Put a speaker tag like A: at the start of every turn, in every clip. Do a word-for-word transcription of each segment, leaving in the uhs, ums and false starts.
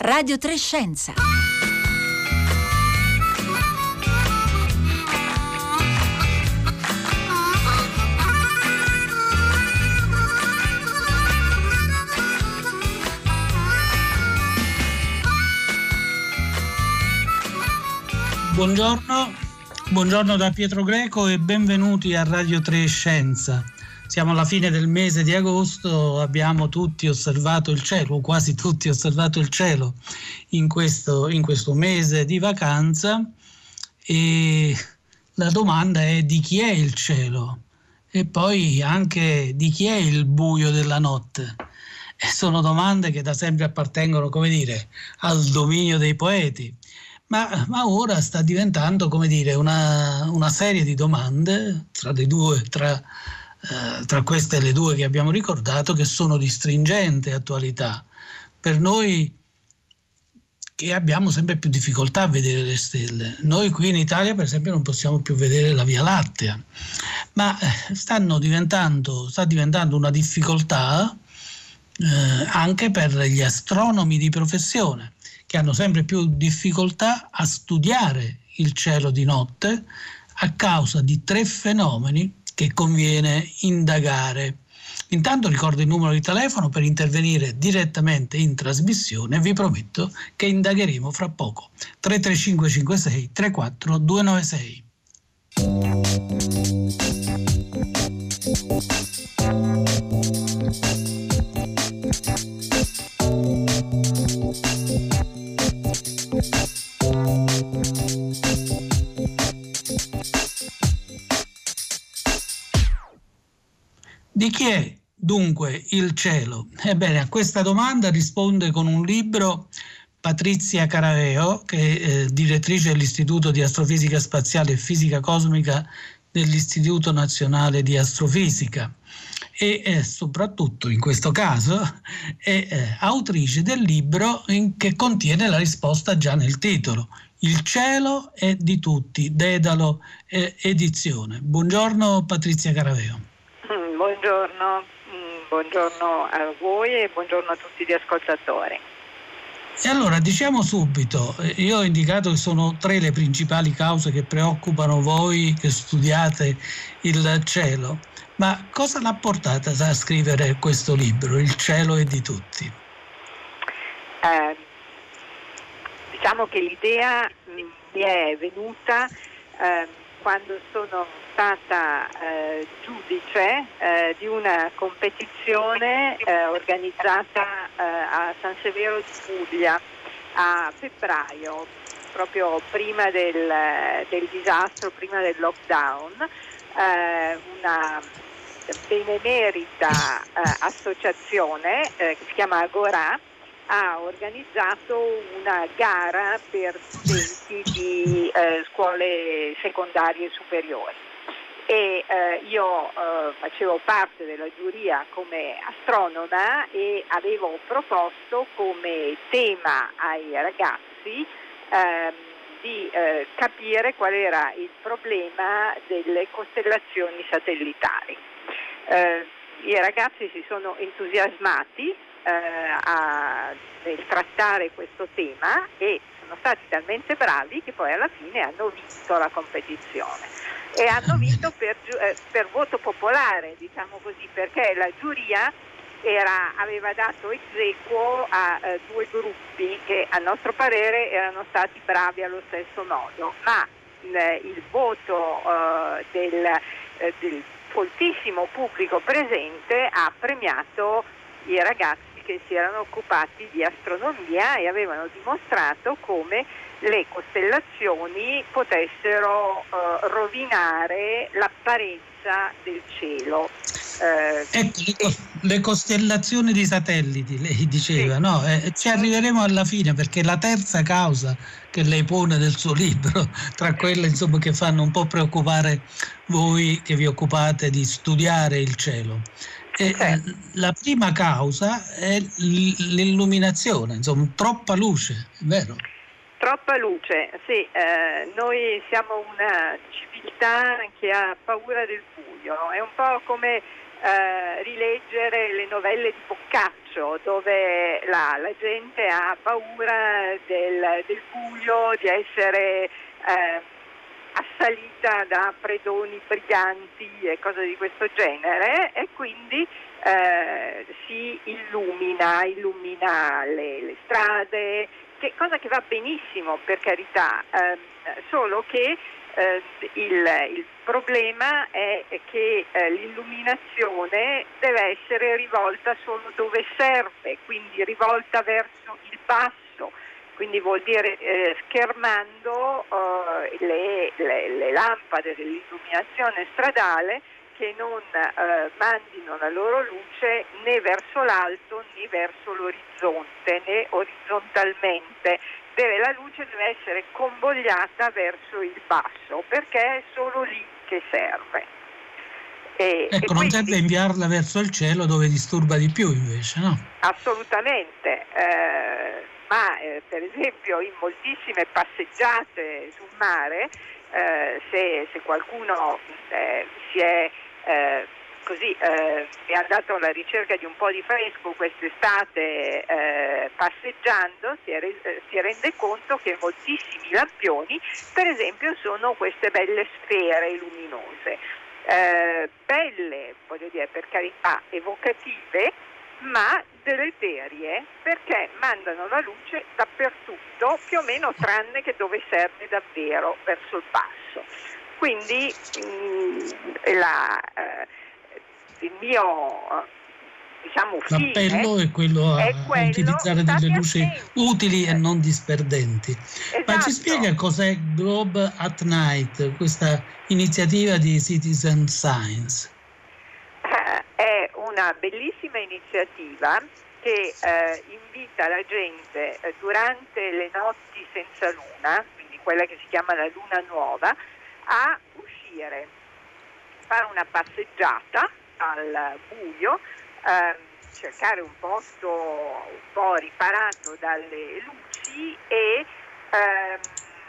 A: Radio tre Scienza.
B: Buongiorno, buongiorno da Pietro Greco e benvenuti a Radio tre Scienza. Siamo alla fine del mese di agosto, abbiamo tutti osservato il cielo, o quasi tutti osservato il cielo in questo, in questo mese di vacanza, e la domanda è: di chi è il cielo? E poi anche di chi è il buio della notte? E sono domande che da sempre appartengono, come dire, al dominio dei poeti. Ma, ma ora sta diventando, come dire, una, una serie di domande tra le due, tra, eh, tra queste e le due che abbiamo ricordato, che sono di stringente attualità. Per noi che abbiamo sempre più difficoltà a vedere le stelle. Noi qui in Italia, per esempio, non possiamo più vedere la Via Lattea, ma stanno diventando, sta diventando una difficoltà eh, anche per gli astronomi di professione, che hanno sempre più difficoltà a studiare il cielo di notte a causa di tre fenomeni che conviene indagare. Intanto ricordo il numero di telefono per intervenire direttamente in trasmissione. Vi prometto che indagheremo fra poco. tre tre cinque cinque sei tre quattro due nove sei. Di chi è dunque il cielo? Ebbene, a questa domanda risponde con un libro Patrizia Caraveo, che è eh, direttrice dell'Istituto di Astrofisica Spaziale e Fisica Cosmica dell'Istituto Nazionale di Astrofisica, e eh, soprattutto in questo caso è eh, autrice del libro in, che contiene la risposta già nel titolo: Il cielo è di tutti, Dedalo eh, edizione. Buongiorno Patrizia Caraveo.
C: Buongiorno, buongiorno a voi e buongiorno a tutti gli ascoltatori.
B: E allora diciamo subito, io ho indicato che sono tre le principali cause che preoccupano voi che studiate il cielo, ma cosa l'ha portata a scrivere questo libro, Il cielo è di tutti?
C: Eh, diciamo che l'idea mi è venuta eh, quando sono stata eh, giudice eh, di una competizione eh, organizzata eh, a San Severo di Puglia a febbraio, proprio prima del, del disastro, prima del lockdown. Eh, una benemerita eh, associazione eh, che si chiama Agorà ha organizzato una gara per studenti di eh, scuole secondarie e superiori, e eh, io eh, facevo parte della giuria come astronoma e avevo proposto come tema ai ragazzi eh, di eh, capire qual era il problema delle costellazioni satellitari. Eh, i ragazzi si sono entusiasmati eh, a, nel trattare questo tema e sono stati talmente bravi che poi alla fine hanno vinto la competizione, e hanno vinto per, eh, per voto popolare, diciamo così, perché la giuria era, aveva dato ex aequo a eh, due gruppi che a nostro parere erano stati bravi allo stesso modo, ma eh, il voto eh, del, eh, del foltissimo pubblico presente ha premiato i ragazzi che si erano occupati di astronomia e avevano dimostrato come le costellazioni potessero uh, rovinare l'apparenza del cielo.
B: Eh, ecco, le, co- le costellazioni di satelliti, lei diceva, sì. No? Eh, ci arriveremo alla fine, perché la terza causa che lei pone nel suo libro, tra quelle insomma che fanno un po' preoccupare voi che vi occupate di studiare il cielo. E, eh, la prima causa è l'illuminazione, insomma, troppa luce, è vero?
C: Troppa luce, sì. Eh, noi siamo una civiltà che ha paura del buio, è un po' come eh, rileggere le novelle di Boccaccio, dove la, la gente ha paura del, del buio, di essere eh, assalita da predoni brillanti e cose di questo genere, e quindi eh, si illumina, illumina le, le strade, che, cosa che va benissimo, per carità, eh, solo che eh, il, il problema è che eh, l'illuminazione deve essere rivolta solo dove serve, quindi rivolta verso il basso, quindi vuol dire eh, schermando eh, le, le, le lampade dell'illuminazione stradale, che non eh, mandino la loro luce né verso l'alto né verso l'orizzonte né orizzontalmente. Deve, la luce deve essere convogliata verso il basso, perché è solo lì che serve. E,
B: ecco,
C: e
B: non
C: quindi,
B: serve inviarla verso il cielo dove disturba di più invece, no?
C: Assolutamente, eh, ma eh, per esempio in moltissime passeggiate sul mare, eh, se, se qualcuno eh, si è eh, così eh, è andato alla ricerca di un po' di fresco quest'estate eh, passeggiando, si, è, eh, si rende conto che moltissimi lampioni, per esempio, sono queste belle sfere luminose, eh, belle, voglio dire, per carità, evocative, ma deleterie, perché mandano la luce dappertutto, più o meno, tranne che dove serve davvero, verso il basso. Quindi mh, la, eh, il mio diciamo fine
B: l'appello è quello a,
C: è quello,
B: a utilizzare delle luci
C: attenti.
B: utili e non disperdenti.
C: Esatto.
B: Ma ci spiega cos'è Globe at Night, questa iniziativa di Citizen Science?
C: È una bellissima iniziativa che eh, invita la gente eh, durante le notti senza luna, quindi quella che si chiama la luna nuova, a uscire, fare una passeggiata al buio, eh, cercare un posto un po' riparato dalle luci e eh,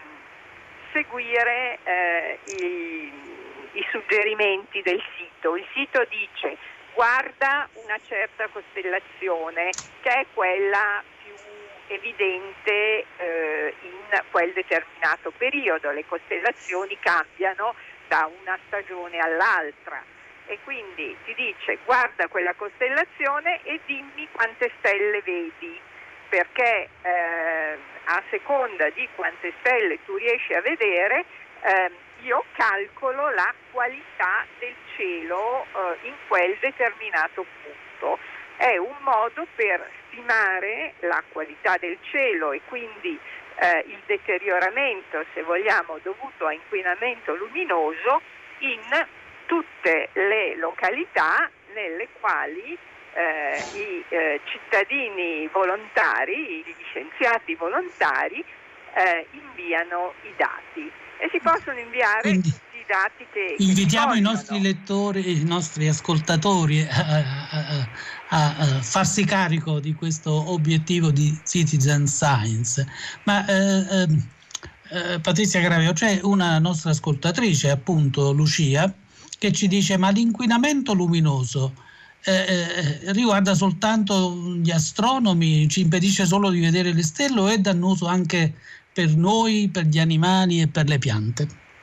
C: seguire eh, i, i suggerimenti del sito. Il sito dice: guarda una certa costellazione che è quella più evidente eh, in quel determinato periodo. Le costellazioni cambiano da una stagione all'altra e quindi ti dice: guarda quella costellazione e dimmi quante stelle vedi, perché eh, a seconda di quante stelle tu riesci a vedere eh, io calcolo la qualità del cielo eh, in quel determinato punto. È un modo per stimare la qualità del cielo e quindi eh, il deterioramento, se vogliamo, dovuto a inquinamento luminoso in tutte le località nelle quali eh, i eh, cittadini volontari, gli scienziati volontari eh, inviano i dati. E si possono inviare
B: Quindi,
C: tutti i dati che
B: invitiamo
C: che
B: i nostri lettori, i nostri ascoltatori a, a, a, a farsi carico di questo obiettivo di Citizen Science. Ma eh, eh, Patrizia Gravio, c'è una nostra ascoltatrice, appunto Lucia, che ci dice: ma l'inquinamento luminoso eh, eh, riguarda soltanto gli astronomi, ci impedisce solo di vedere le stelle, o è dannoso anche per noi, per gli animali e per le piante?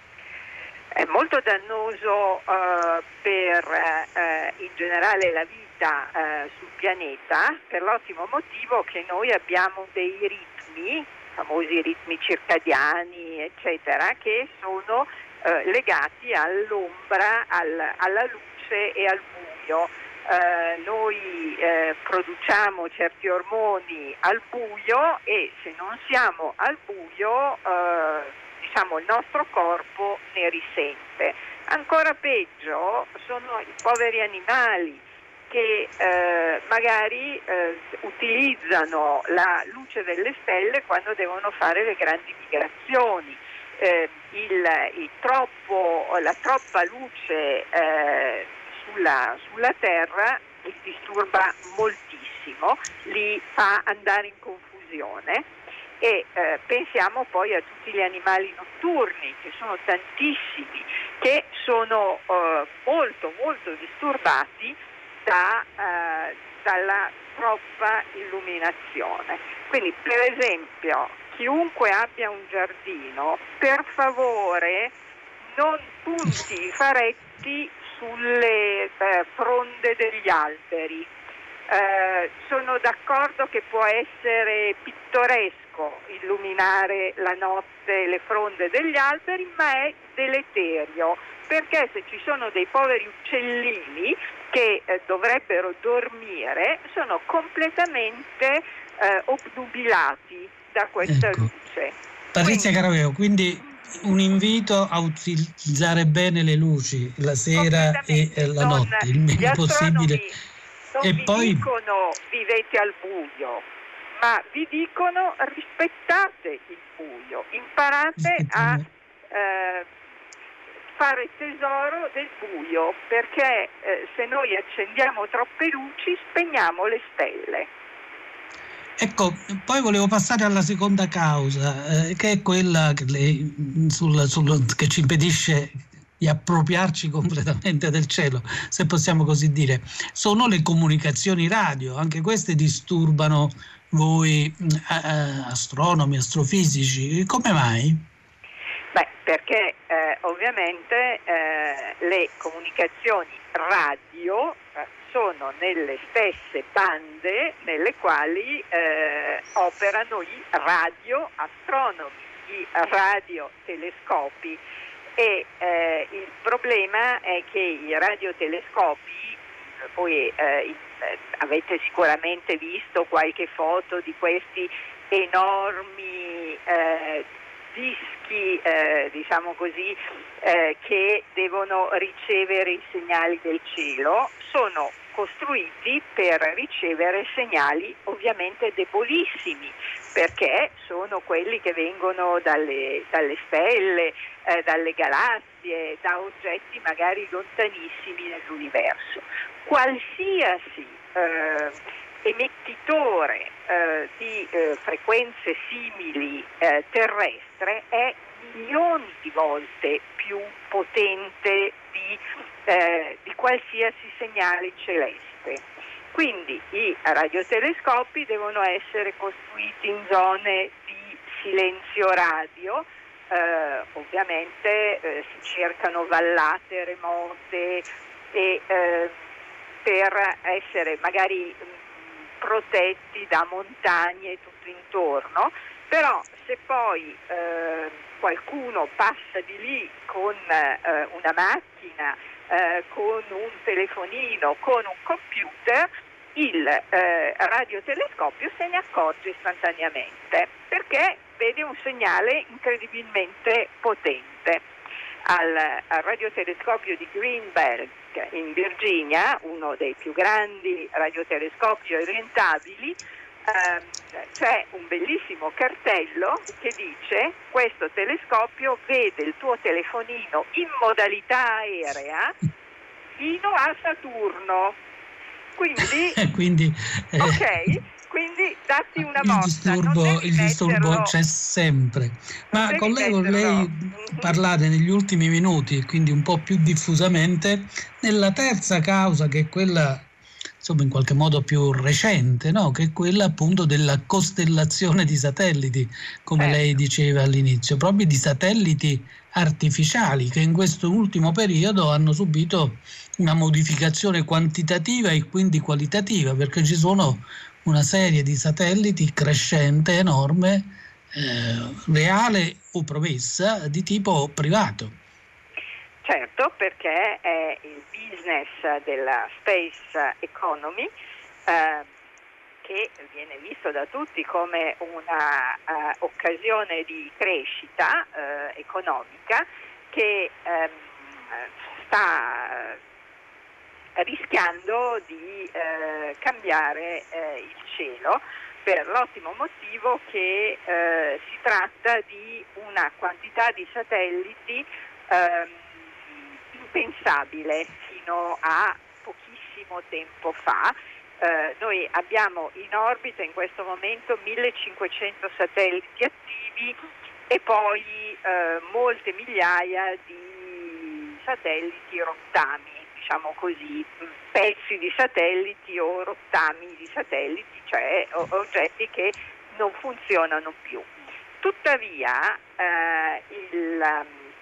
C: È molto dannoso eh, per eh, in generale la vita eh, sul pianeta, per l'ottimo motivo che noi abbiamo dei ritmi, famosi ritmi circadiani, eccetera, che sono eh, legati all'ombra, al, alla luce e al buio. Eh, noi eh, produciamo certi ormoni al buio e se non siamo al buio eh, diciamo il nostro corpo ne risente. Ancora peggio sono i poveri animali che eh, magari eh, utilizzano la luce delle stelle quando devono fare le grandi migrazioni. Eh, il, il troppo, la troppa luce eh, Sulla, sulla Terra li disturba moltissimo, li fa andare in confusione E eh, pensiamo poi a tutti gli animali notturni, che sono tantissimi, che sono eh, molto molto disturbati da, eh, dalla troppa illuminazione. Quindi, per esempio, chiunque abbia un giardino, per favore non punti i faretti sulle eh, fronde degli alberi. Eh, sono d'accordo che può essere pittoresco illuminare la notte le fronde degli alberi, ma è deleterio, perché se ci sono dei poveri uccellini che eh, dovrebbero dormire, sono completamente eh, obnubilati da questa
B: Ecco.
C: luce.
B: Patrizia
C: Quindi,
B: Caroveo, quindi un invito a utilizzare bene le luci la sera e eh, la
C: non,
B: notte, il
C: gli
B: meno possibile.
C: astronomi non
B: E
C: vi
B: poi
C: dicono vivete al buio, ma vi dicono rispettate il buio, imparate a eh, fare tesoro del buio, perché eh, se noi accendiamo troppe luci spegniamo le stelle.
B: ecco, poi volevo passare alla seconda causa, eh, che è quella che, le, sul, sul, che ci impedisce di appropriarci completamente del cielo, se possiamo così dire. Sono le comunicazioni radio, anche queste disturbano voi eh, astronomi, astrofisici, come mai?
C: Beh, perché eh, ovviamente eh, le comunicazioni radio eh, sono nelle stesse bande nelle quali eh, operano i radioastronomi, i radiotelescopi, e eh, il problema è che i radiotelescopi, voi eh, avete sicuramente visto qualche foto di questi enormi eh, dischi, eh, diciamo così, eh, che devono ricevere i segnali del cielo, sono costruiti per ricevere segnali ovviamente debolissimi, perché sono quelli che vengono dalle, dalle stelle, eh, dalle galassie, da oggetti magari lontanissimi nell'universo. Qualsiasi eh, emettitore eh, di eh, frequenze simili eh, terrestre è milioni di volte più potente di, eh, di qualsiasi segnale celeste. Quindi i radiotelescopi devono essere costruiti in zone di silenzio radio, eh, ovviamente eh, si cercano vallate remote e eh, per essere magari protetti da montagne tutto intorno, però se poi eh, qualcuno passa di lì con eh, una macchina, eh, con un telefonino, con un computer, il eh, radiotelescopio se ne accorge istantaneamente, perché vede un segnale incredibilmente potente. Al, al radiotelescopio di Greenberg in Virginia, uno dei più grandi radiotelescopi orientabili, ehm, c'è un bellissimo cartello che dice: questo telescopio vede il tuo telefonino in modalità aerea fino a Saturno. Quindi,
B: Quindi eh,
C: ok, quindi datti una
B: il
C: mossa, non
B: disturbo,
C: devi
B: il disturbo
C: metterlo,
B: c'è sempre. Ma
C: devi
B: collego,
C: metterlo.
B: lei
C: Mhm.
B: parlate negli ultimi minuti, quindi un po' più diffusamente, nella terza causa, che è quella insomma in qualche modo più recente, no? Che è quella appunto della costellazione di satelliti, come
C: Certo.
B: lei diceva all'inizio, proprio di satelliti artificiali che in questo ultimo periodo hanno subito una modificazione quantitativa e quindi qualitativa, perché ci sono una serie di satelliti crescente, enorme, eh, reale o promessa, di tipo privato.
C: Certo, perché è il business della space economy, eh, che viene visto da tutti come una uh, occasione di crescita uh, economica che um, sta rischiando di uh, cambiare uh, il cielo, per l'ottimo motivo che uh, si tratta di una quantità di satelliti um, impensabile fino a pochissimo tempo fa, Eh, noi abbiamo in orbita in questo momento millecinquecento satelliti attivi e poi eh, molte migliaia di satelliti rottami, diciamo così, pezzi di satelliti o rottami di satelliti, cioè o- oggetti che non funzionano più. Tuttavia eh, il,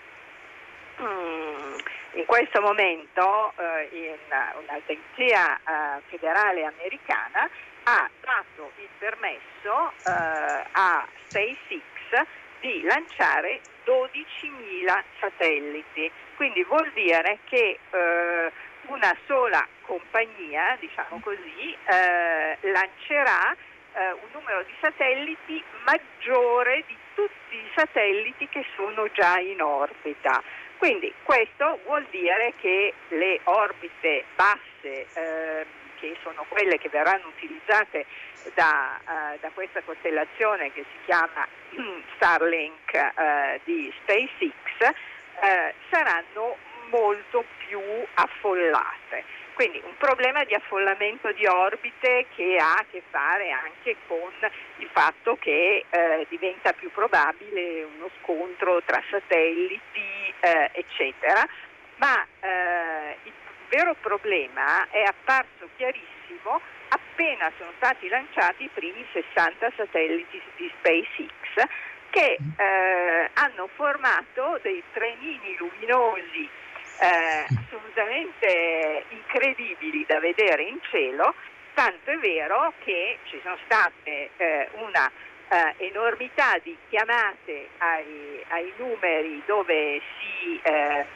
C: um, in questo momento eh, in, un'agenzia eh, federale americana ha dato il permesso eh, a SpaceX di lanciare dodicimila satelliti, quindi vuol dire che eh, una sola compagnia, diciamo così, eh, lancerà eh, un numero di satelliti maggiore di tutti i satelliti che sono già in orbita. Quindi questo vuol dire che le orbite basse, eh, che sono quelle che verranno utilizzate da, uh, da questa costellazione che si chiama Starlink uh, di SpaceX, uh, saranno molto più affollate. Quindi un problema di affollamento di orbite che ha a che fare anche con il fatto che eh, diventa più probabile uno scontro tra satelliti, eh, eccetera, ma eh, il vero problema è apparso chiarissimo appena sono stati lanciati i primi sessanta satelliti di SpaceX che eh, hanno formato dei trenini luminosi Eh, assolutamente incredibili da vedere in cielo, tanto è vero che ci sono state eh, una eh, enormità di chiamate ai, ai numeri dove si eh,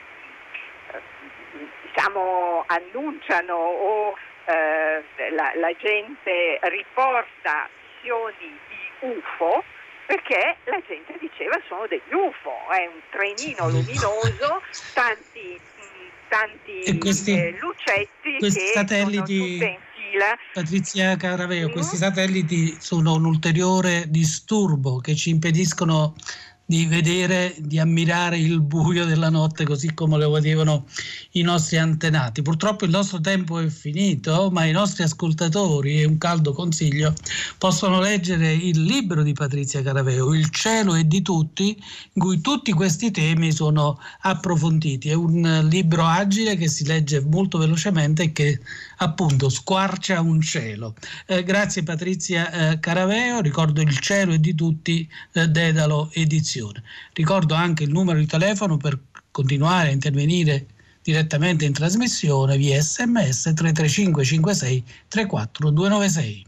C: diciamo annunciano o eh, la, la gente riporta missioni di U F O, perché la gente diceva sono degli U F O, è un trenino luminoso, tanti, mh, tanti
B: questi,
C: eh, lucetti
B: questi
C: che
B: satelliti,
C: sono tutte in fila.
B: Patrizia Caraveo,
C: mm.
B: questi satelliti sono un ulteriore disturbo che ci impediscono di vedere, di ammirare il buio della notte così come lo vedevano i nostri antenati. Purtroppo il nostro tempo è finito, ma i nostri ascoltatori, e un caldo consiglio, possono leggere il libro di Patrizia Caraveo, Il cielo è di tutti, in cui tutti questi temi sono approfonditi. È un libro agile che si legge molto velocemente e che appunto squarcia un cielo. Eh, grazie Patrizia eh, Caraveo, ricordo Il cielo è di tutti, eh, Dedalo Edizione. Ricordo anche il numero di telefono per continuare a intervenire direttamente in trasmissione via sms tre tre cinque cinque sei tre quattro due nove sei.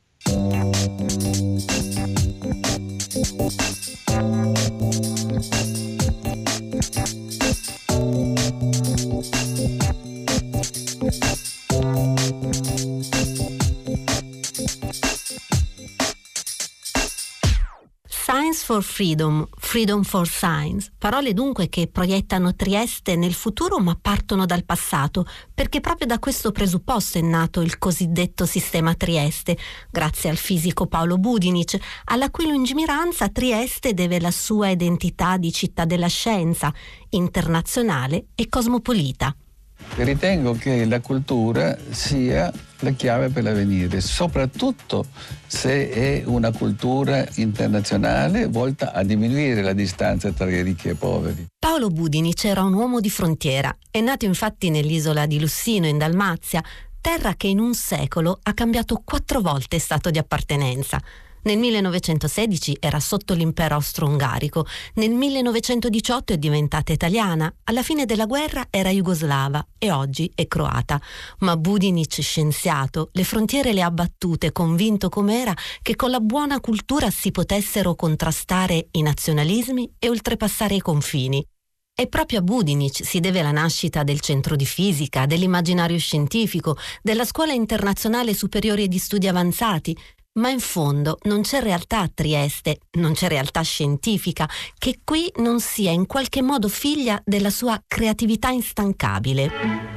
A: Science for Freedom, Freedom for Science, parole dunque che proiettano Trieste nel futuro ma partono dal passato, perché proprio da questo presupposto è nato il cosiddetto sistema Trieste, grazie al fisico Paolo Budinic, alla cui lungimiranza Trieste deve la sua identità di città della scienza, internazionale e cosmopolita.
D: Ritengo che la cultura sia la chiave per l'avvenire, soprattutto se è una cultura internazionale volta a diminuire la distanza tra i ricchi e i poveri.
A: Paolo Budinic era un uomo di frontiera, è nato infatti nell'isola di Lussino in Dalmazia, terra che in un secolo ha cambiato quattro volte stato di appartenenza. Nel millenovecentosedici era sotto l'impero austro-ungarico, nel millenovecentodiciotto è diventata italiana, alla fine della guerra era jugoslava e oggi è croata. Ma Budinic, scienziato, le frontiere le ha battute, convinto com'era che con la buona cultura si potessero contrastare i nazionalismi e oltrepassare i confini. E proprio a Budinic si deve la nascita del Centro di Fisica, dell'immaginario scientifico, della Scuola Internazionale Superiore di Studi Avanzati. Ma in fondo non c'è realtà a Trieste, non c'è realtà scientifica che qui non sia in qualche modo figlia della sua creatività instancabile.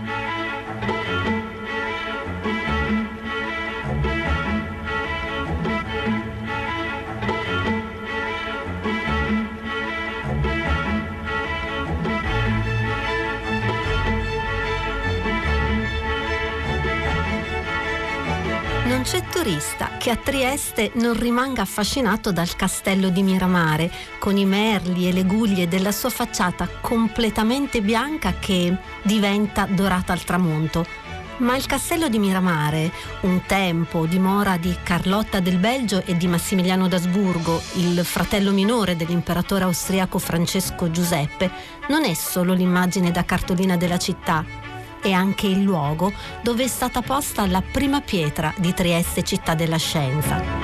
A: c'è turista che a Trieste non rimanga affascinato dal castello di Miramare, con i merli e le guglie della sua facciata completamente bianca che diventa dorata al tramonto. Ma il castello di Miramare, un tempo dimora di Carlotta del Belgio e di Massimiliano d'Asburgo, il fratello minore dell'imperatore austriaco Francesco Giuseppe, non è solo l'immagine da cartolina della città, è anche il luogo dove è stata posta la prima pietra di Trieste città della scienza.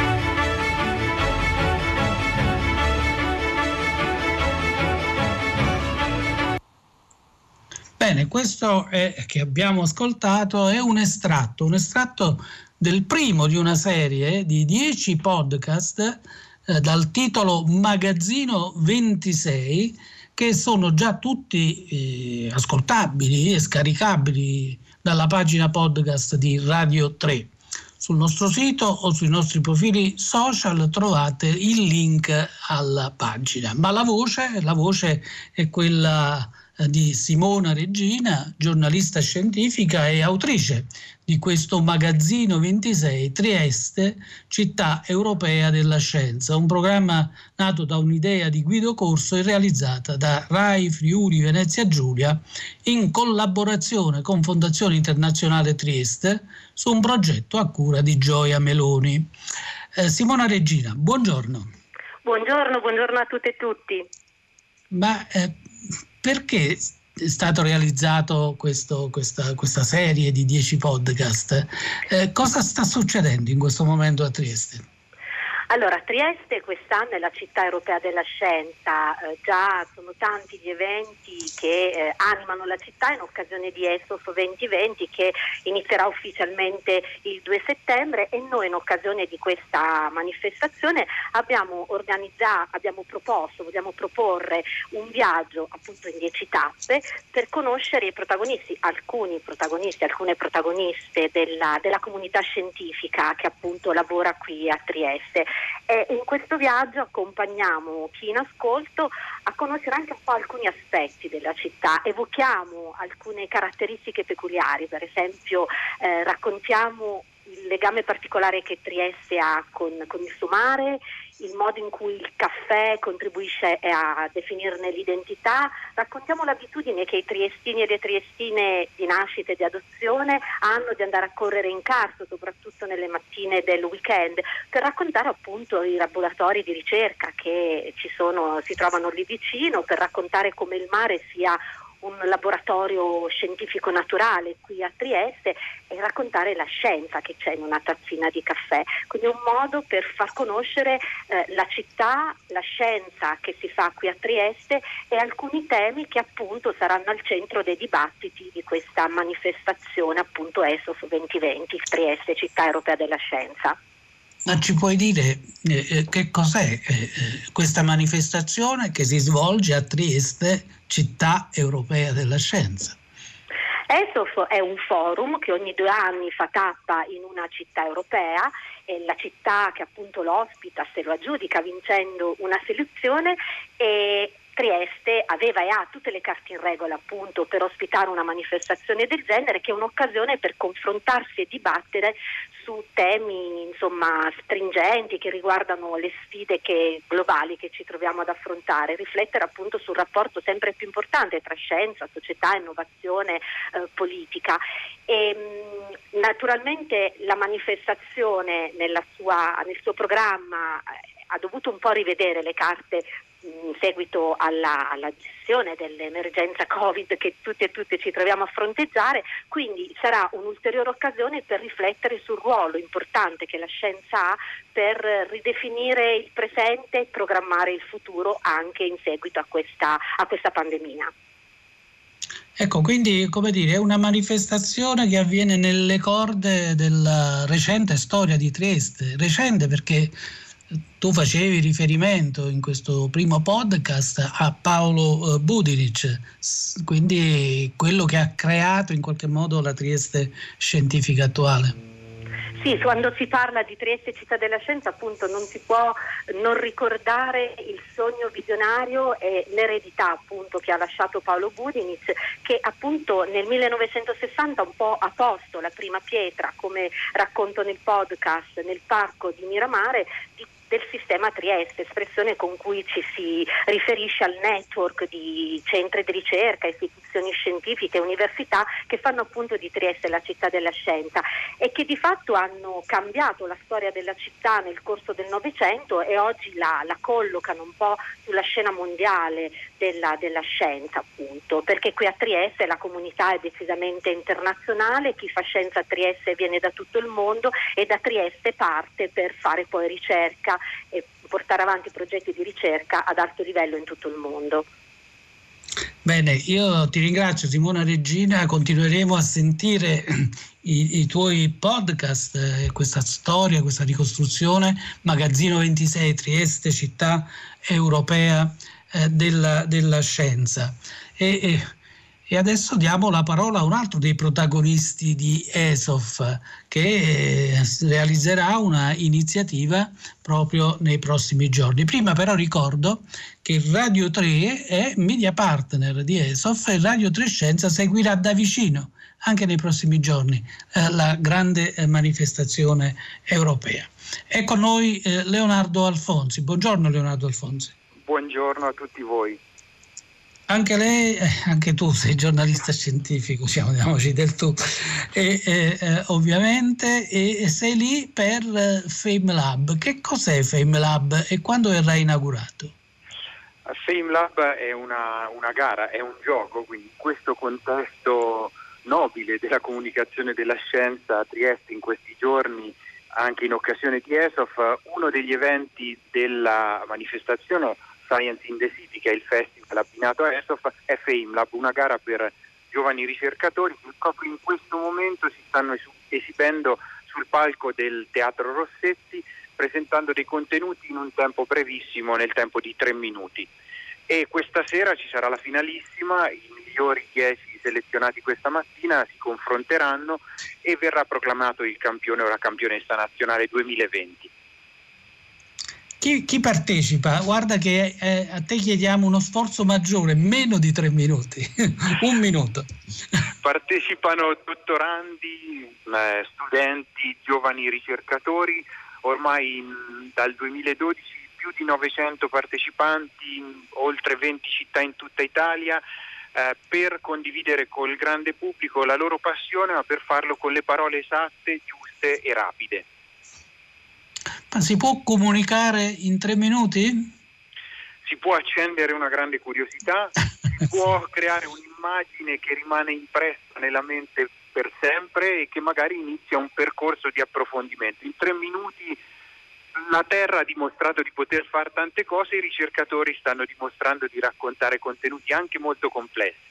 B: Bene, questo è, che abbiamo ascoltato è un estratto, un estratto del primo di una serie di dieci podcast eh, dal titolo Magazzino ventisei, che sono già tutti eh, ascoltabili e scaricabili dalla pagina podcast di Radio tre. Sul nostro sito o sui nostri profili social trovate il link alla pagina. Ma la voce, la voce è quella di Simona Regina, giornalista scientifica e autrice di questo Magazzino ventisei, Trieste, città europea della scienza, un programma nato da un'idea di Guido Corso e realizzata da Rai Friuli Venezia Giulia in collaborazione con Fondazione Internazionale Trieste su un progetto a cura di Gioia Meloni. Eh, Simona Regina, buongiorno.
E: Buongiorno, buongiorno a tutte e tutti.
B: Ma eh, perché è stato realizzato questo, questa, questa serie di dieci podcast? Eh, cosa sta succedendo in questo momento a Trieste?
E: Allora, Trieste quest'anno è la città europea della scienza, eh, già sono tanti gli eventi che eh, animano la città in occasione di ESOF duemilaventi che inizierà ufficialmente il due settembre, e noi in occasione di questa manifestazione abbiamo organizzato, abbiamo proposto, vogliamo proporre un viaggio appunto in dieci tappe per conoscere i protagonisti, alcuni protagonisti, alcune protagoniste della, della comunità scientifica che appunto lavora qui a Trieste. E in questo viaggio accompagniamo chi in ascolto a conoscere anche un po' alcuni aspetti della città, evochiamo alcune caratteristiche peculiari, per esempio eh, raccontiamo il legame particolare che Trieste ha con, con il suo mare, il modo in cui il caffè contribuisce a definirne l'identità, raccontiamo l'abitudine che i triestini e le triestine di nascita e di adozione hanno di andare a correre in carso, soprattutto nelle mattine del weekend, per raccontare appunto i laboratori di ricerca che ci sono, si trovano lì vicino, per raccontare come il mare sia un laboratorio scientifico naturale qui a Trieste e raccontare la scienza che c'è in una tazzina di caffè. Quindi un modo per far conoscere eh, la città, la scienza che si fa qui a Trieste e alcuni temi che appunto saranno al centro dei dibattiti di questa manifestazione appunto ESOF duemilaventi, Trieste, città europea della scienza.
B: Ma ci puoi dire eh, che cos'è eh, questa manifestazione che si svolge a Trieste, città europea della scienza?
E: ESOF è un forum che ogni due anni fa tappa in una città europea, e la città che appunto lo ospita se lo aggiudica vincendo una selezione, e Trieste aveva e ha tutte le carte in regola appunto per ospitare una manifestazione del genere, che è un'occasione per confrontarsi e dibattere su temi insomma stringenti che riguardano le sfide che, globali che ci troviamo ad affrontare, riflettere appunto sul rapporto sempre più importante tra scienza, società, innovazione, eh, politica. E, mh, naturalmente la manifestazione nella sua, nel suo programma eh, ha dovuto un po' rivedere le carte in seguito alla, alla gestione dell'emergenza Covid che tutti e tutte ci troviamo a fronteggiare, quindi sarà un'ulteriore occasione per riflettere sul ruolo importante che la scienza ha per ridefinire il presente e programmare il futuro anche in seguito a questa, a questa pandemia.
B: Ecco, quindi come dire, è una manifestazione che avviene nelle corde della recente storia di Trieste, recente perché tu facevi riferimento in questo primo podcast a Paolo Budinic, quindi quello che ha creato in qualche modo la Trieste scientifica attuale.
E: Sì, quando si parla di Trieste città della scienza appunto non si può non ricordare il sogno visionario e l'eredità appunto che ha lasciato Paolo Budinich, che appunto nel millenovecentosessanta un po' ha posto la prima pietra, come racconto nel podcast, nel parco di Miramare, di del sistema Trieste, espressione con cui ci si riferisce al network di centri di ricerca, istituzioni scientifiche, università che fanno appunto di Trieste la città della scienza e che di fatto hanno cambiato la storia della città nel corso del Novecento e oggi la, la collocano un po' sulla scena mondiale della, della scienza appunto, perché qui a Trieste la comunità è decisamente internazionale, chi fa scienza a Trieste viene da tutto il mondo e da Trieste parte per fare poi ricerca e portare avanti progetti di ricerca ad alto livello in tutto il mondo.
B: Bene, io ti ringrazio Simona Regina, continueremo a sentire i, i tuoi podcast, eh, questa storia, questa ricostruzione, Magazzino ventisei, Trieste, città europea eh, della, della scienza. E, e, e adesso diamo la parola a un altro dei protagonisti di ESOF, che eh, realizzerà una iniziativa proprio nei prossimi giorni. Prima però ricordo che Radio tre è media partner di ESOF e Radio tre Scienza seguirà da vicino anche nei prossimi giorni eh, la grande eh, manifestazione europea. È con noi eh, Leonardo Alfonsi. Buongiorno Leonardo Alfonsi.
F: Buongiorno a tutti voi.
B: Anche lei, eh, anche tu sei giornalista scientifico, siamo, diamoci del tu, e, eh, eh, ovviamente, e, e sei lì per eh, FameLab. Che cos'è FameLab e quando verrà inaugurato?
F: FameLab è una, una gara, è un gioco, quindi in questo contesto nobile della comunicazione della scienza a Trieste in questi giorni, anche in occasione di ESOF, uno degli eventi della manifestazione Science in the City, che è il festival abbinato a ESOF, è FameLab, una gara per giovani ricercatori che proprio in questo momento si stanno esibendo sul palco del Teatro Rossetti, presentando dei contenuti in un tempo brevissimo, nel tempo di tre minuti. E questa sera ci sarà la finalissima, i migliori dieci selezionati questa mattina si confronteranno e verrà proclamato il campione o la campionessa nazionale duemilaventi.
B: Chi, chi partecipa? Guarda che eh, a te chiediamo uno sforzo maggiore, meno di tre minuti, un minuto.
F: Partecipano dottorandi, eh, studenti, giovani ricercatori, ormai in, dal duemiladodici più di novecento partecipanti, in oltre venti città in tutta Italia, eh, per condividere col grande pubblico la loro passione, ma per farlo con le parole esatte, giuste e rapide.
B: Ma si può comunicare in tre minuti?
F: Si può accendere una grande curiosità, si può creare un'immagine che rimane impressa nella mente per sempre e che magari inizia un percorso di approfondimento. In tre minuti la Terra ha dimostrato di poter fare tante cose, i ricercatori stanno dimostrando di raccontare contenuti anche molto complessi.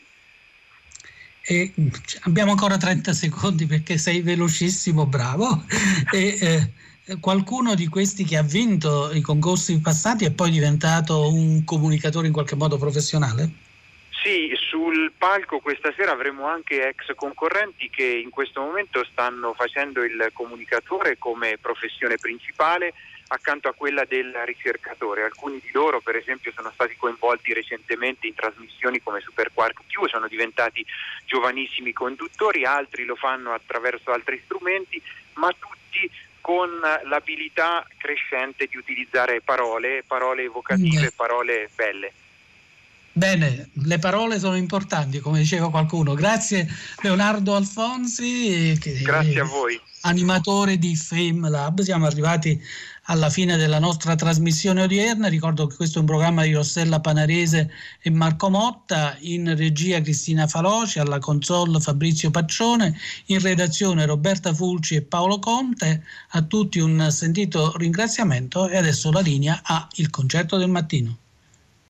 B: E abbiamo ancora trenta secondi perché sei velocissimo, bravo. E, eh, qualcuno di questi che ha vinto i concorsi passati è poi diventato un comunicatore in qualche modo professionale?
F: Sì, sul palco questa sera avremo anche ex concorrenti che in questo momento stanno facendo il comunicatore come professione principale accanto a quella del ricercatore. Alcuni di loro per esempio sono stati coinvolti recentemente in trasmissioni come Super Quark Più, sono diventati giovanissimi conduttori, altri lo fanno attraverso altri strumenti, ma tutti con l'abilità crescente di utilizzare parole, parole evocative, parole belle.
B: Bene, le parole sono importanti, come diceva qualcuno. Grazie Leonardo Alfonsi, che
F: grazie a voi.
B: Animatore di FameLab. Siamo arrivati alla fine della nostra trasmissione odierna. Ricordo che questo è un programma di Rossella Panarese e Marco Motta, in regia Cristina Faloci, alla console Fabrizio Paccione, in redazione Roberta Fulci e Paolo Conte. A tutti un sentito ringraziamento e adesso la linea a Il Concerto del Mattino.